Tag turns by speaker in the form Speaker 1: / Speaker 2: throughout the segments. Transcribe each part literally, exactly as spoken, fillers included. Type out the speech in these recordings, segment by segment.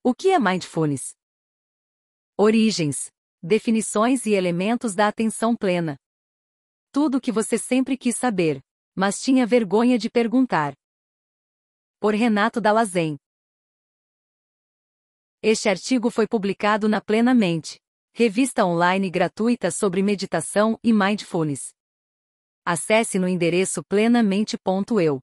Speaker 1: O que é Mindfulness? Origens, definições e elementos da atenção plena. Tudo o que você sempre quis saber, mas tinha vergonha de perguntar. Por Renato Dallazen. Este artigo foi publicado na Plenamente, revista online gratuita sobre meditação e mindfulness. Acesse no endereço plenamente ponto eu.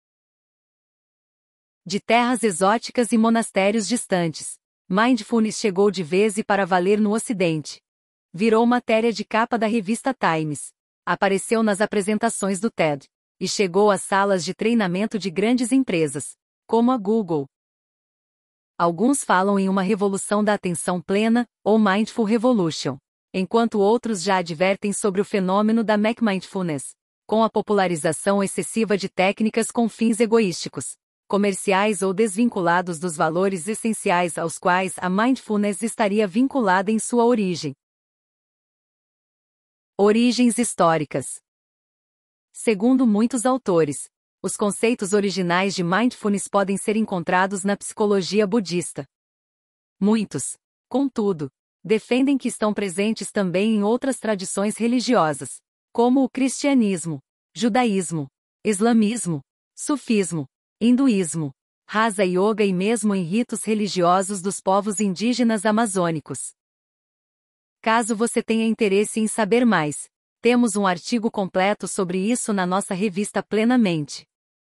Speaker 1: De terras exóticas e monastérios distantes, Mindfulness chegou de vez e para valer no Ocidente. Virou matéria de capa da revista Times. Apareceu nas apresentações do TED. E chegou às salas de treinamento de grandes empresas, como a Google. Alguns falam em uma revolução da atenção plena, ou Mindful Revolution, enquanto outros já advertem sobre o fenômeno da McMindfulness, com a popularização excessiva de técnicas com fins egoísticos, comerciais ou desvinculados dos valores essenciais aos quais a mindfulness estaria vinculada em sua origem. Origens históricas. Segundo muitos autores, os conceitos originais de mindfulness podem ser encontrados na psicologia budista. Muitos, contudo, defendem que estão presentes também em outras tradições religiosas, como o cristianismo, judaísmo, islamismo, sufismo, hinduísmo, Hatha Yoga e mesmo em ritos religiosos dos povos indígenas amazônicos. Caso você tenha interesse em saber mais, temos um artigo completo sobre isso na nossa revista Plenamente.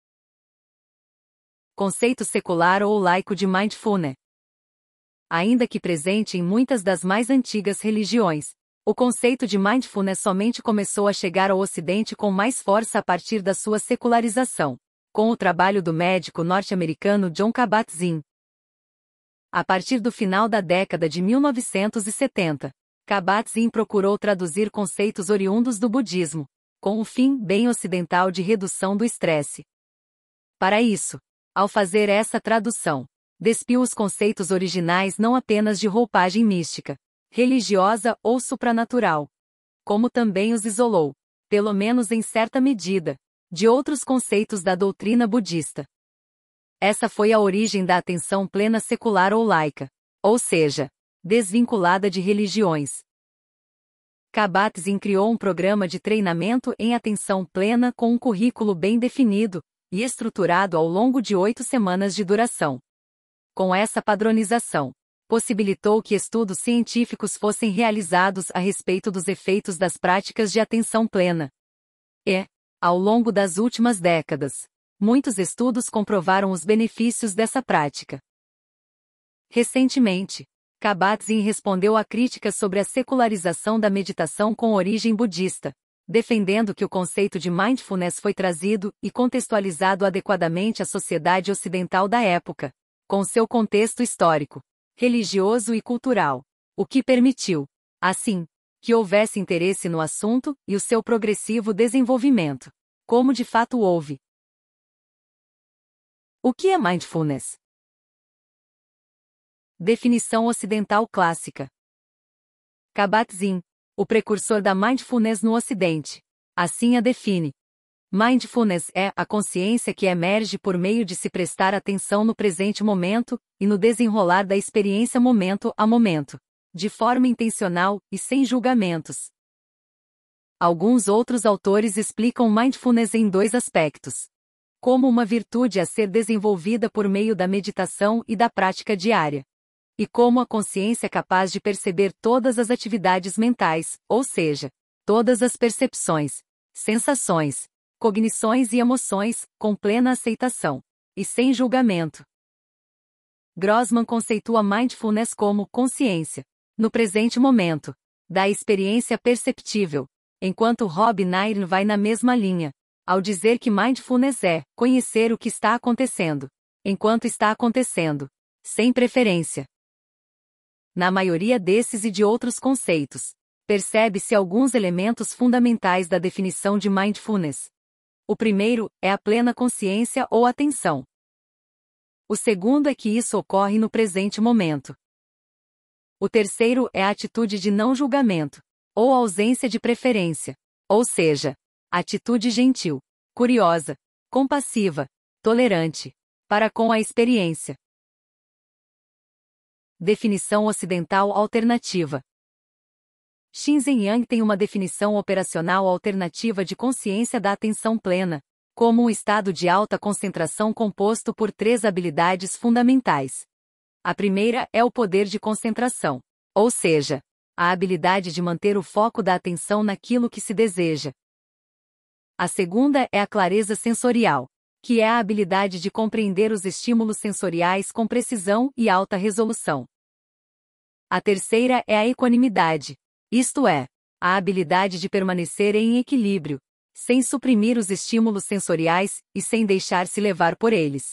Speaker 1: Conceito secular ou laico de Mindfulness. Ainda que presente em muitas das mais antigas religiões, o conceito de Mindfulness somente começou a chegar ao Ocidente com mais força a partir da sua secularização, com o trabalho do médico norte-americano Jon Kabat-Zinn. A partir do final da década de mil novecentos e setenta, Kabat-Zinn procurou traduzir conceitos oriundos do budismo, com o fim bem ocidental de redução do estresse. Para isso, ao fazer essa tradução, despiu os conceitos originais não apenas de roupagem mística, religiosa ou supranatural, como também os isolou, pelo menos em certa medida, de outros conceitos da doutrina budista. Essa foi a origem da atenção plena secular ou laica, ou seja, desvinculada de religiões. Kabat-Zinn criou um programa de treinamento em atenção plena com um currículo bem definido e estruturado ao longo de oito semanas de duração. Com essa padronização, possibilitou que estudos científicos fossem realizados a respeito dos efeitos das práticas de atenção plena. E, ao longo das últimas décadas, muitos estudos comprovaram os benefícios dessa prática. Recentemente, Kabat-Zinn respondeu a críticas sobre a secularização da meditação com origem budista, defendendo que o conceito de mindfulness foi trazido e contextualizado adequadamente à sociedade ocidental da época, com seu contexto histórico, religioso e cultural, o que permitiu, assim, que houvesse interesse no assunto e o seu progressivo desenvolvimento, como de fato houve. O que é mindfulness? Definição ocidental clássica. Kabat-Zinn, o precursor da mindfulness no Ocidente, assim a define. Mindfulness é a consciência que emerge por meio de se prestar atenção no presente momento e no desenrolar da experiência momento a momento, de forma intencional e sem julgamentos. Alguns outros autores explicam mindfulness em dois aspectos: como uma virtude a ser desenvolvida por meio da meditação e da prática diária, e como a consciência capaz de perceber todas as atividades mentais, ou seja, todas as percepções, sensações, cognições e emoções, com plena aceitação, e sem julgamento. Grossman conceitua mindfulness como consciência, no presente momento, da experiência perceptível, enquanto Rob Nairn vai na mesma linha, ao dizer que mindfulness é conhecer o que está acontecendo, enquanto está acontecendo, sem preferência. Na maioria desses e de outros conceitos, percebe-se alguns elementos fundamentais da definição de mindfulness. O primeiro é a plena consciência ou atenção. O segundo é que isso ocorre no presente momento. O terceiro é a atitude de não julgamento, ou ausência de preferência, ou seja, atitude gentil, curiosa, compassiva, tolerante, para com a experiência. Definição ocidental alternativa. Shinzen Yang tem uma definição operacional alternativa de consciência da atenção plena, como um estado de alta concentração composto por três habilidades fundamentais. A primeira é o poder de concentração, ou seja, a habilidade de manter o foco da atenção naquilo que se deseja. A segunda é a clareza sensorial, que é a habilidade de compreender os estímulos sensoriais com precisão e alta resolução. A terceira é a equanimidade, isto é, a habilidade de permanecer em equilíbrio, sem suprimir os estímulos sensoriais e sem deixar-se levar por eles.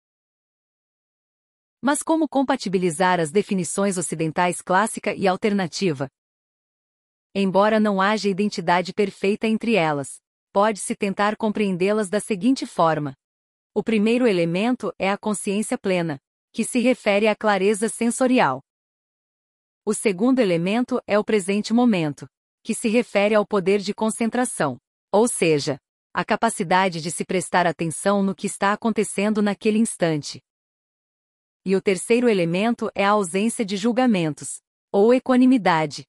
Speaker 1: Mas como compatibilizar as definições ocidentais clássica e alternativa? Embora não haja identidade perfeita entre elas, pode-se tentar compreendê-las da seguinte forma. O primeiro elemento é a consciência plena, que se refere à clareza sensorial. O segundo elemento é o presente momento, que se refere ao poder de concentração, ou seja, a capacidade de se prestar atenção no que está acontecendo naquele instante. E o terceiro elemento é a ausência de julgamentos, ou equanimidade.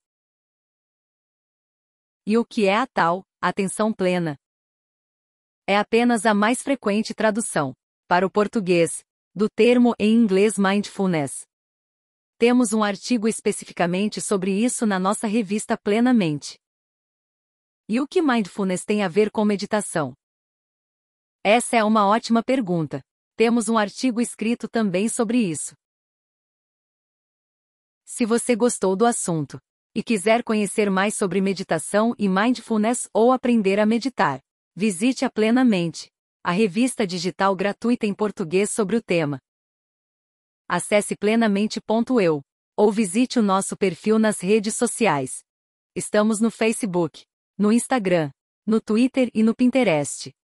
Speaker 1: E o que é a tal atenção plena? É apenas a mais frequente tradução, para o português, do termo em inglês mindfulness. Temos um artigo especificamente sobre isso na nossa revista Plenamente. E o que mindfulness tem a ver com meditação? Essa é uma ótima pergunta. Temos um artigo escrito também sobre isso. Se você gostou do assunto e quiser conhecer mais sobre meditação e mindfulness ou aprender a meditar, visite a Plenamente, a revista digital gratuita em português sobre o tema. Acesse plenamente ponto e u ou visite o nosso perfil nas redes sociais. Estamos no Facebook, no Instagram, no Twitter e no Pinterest.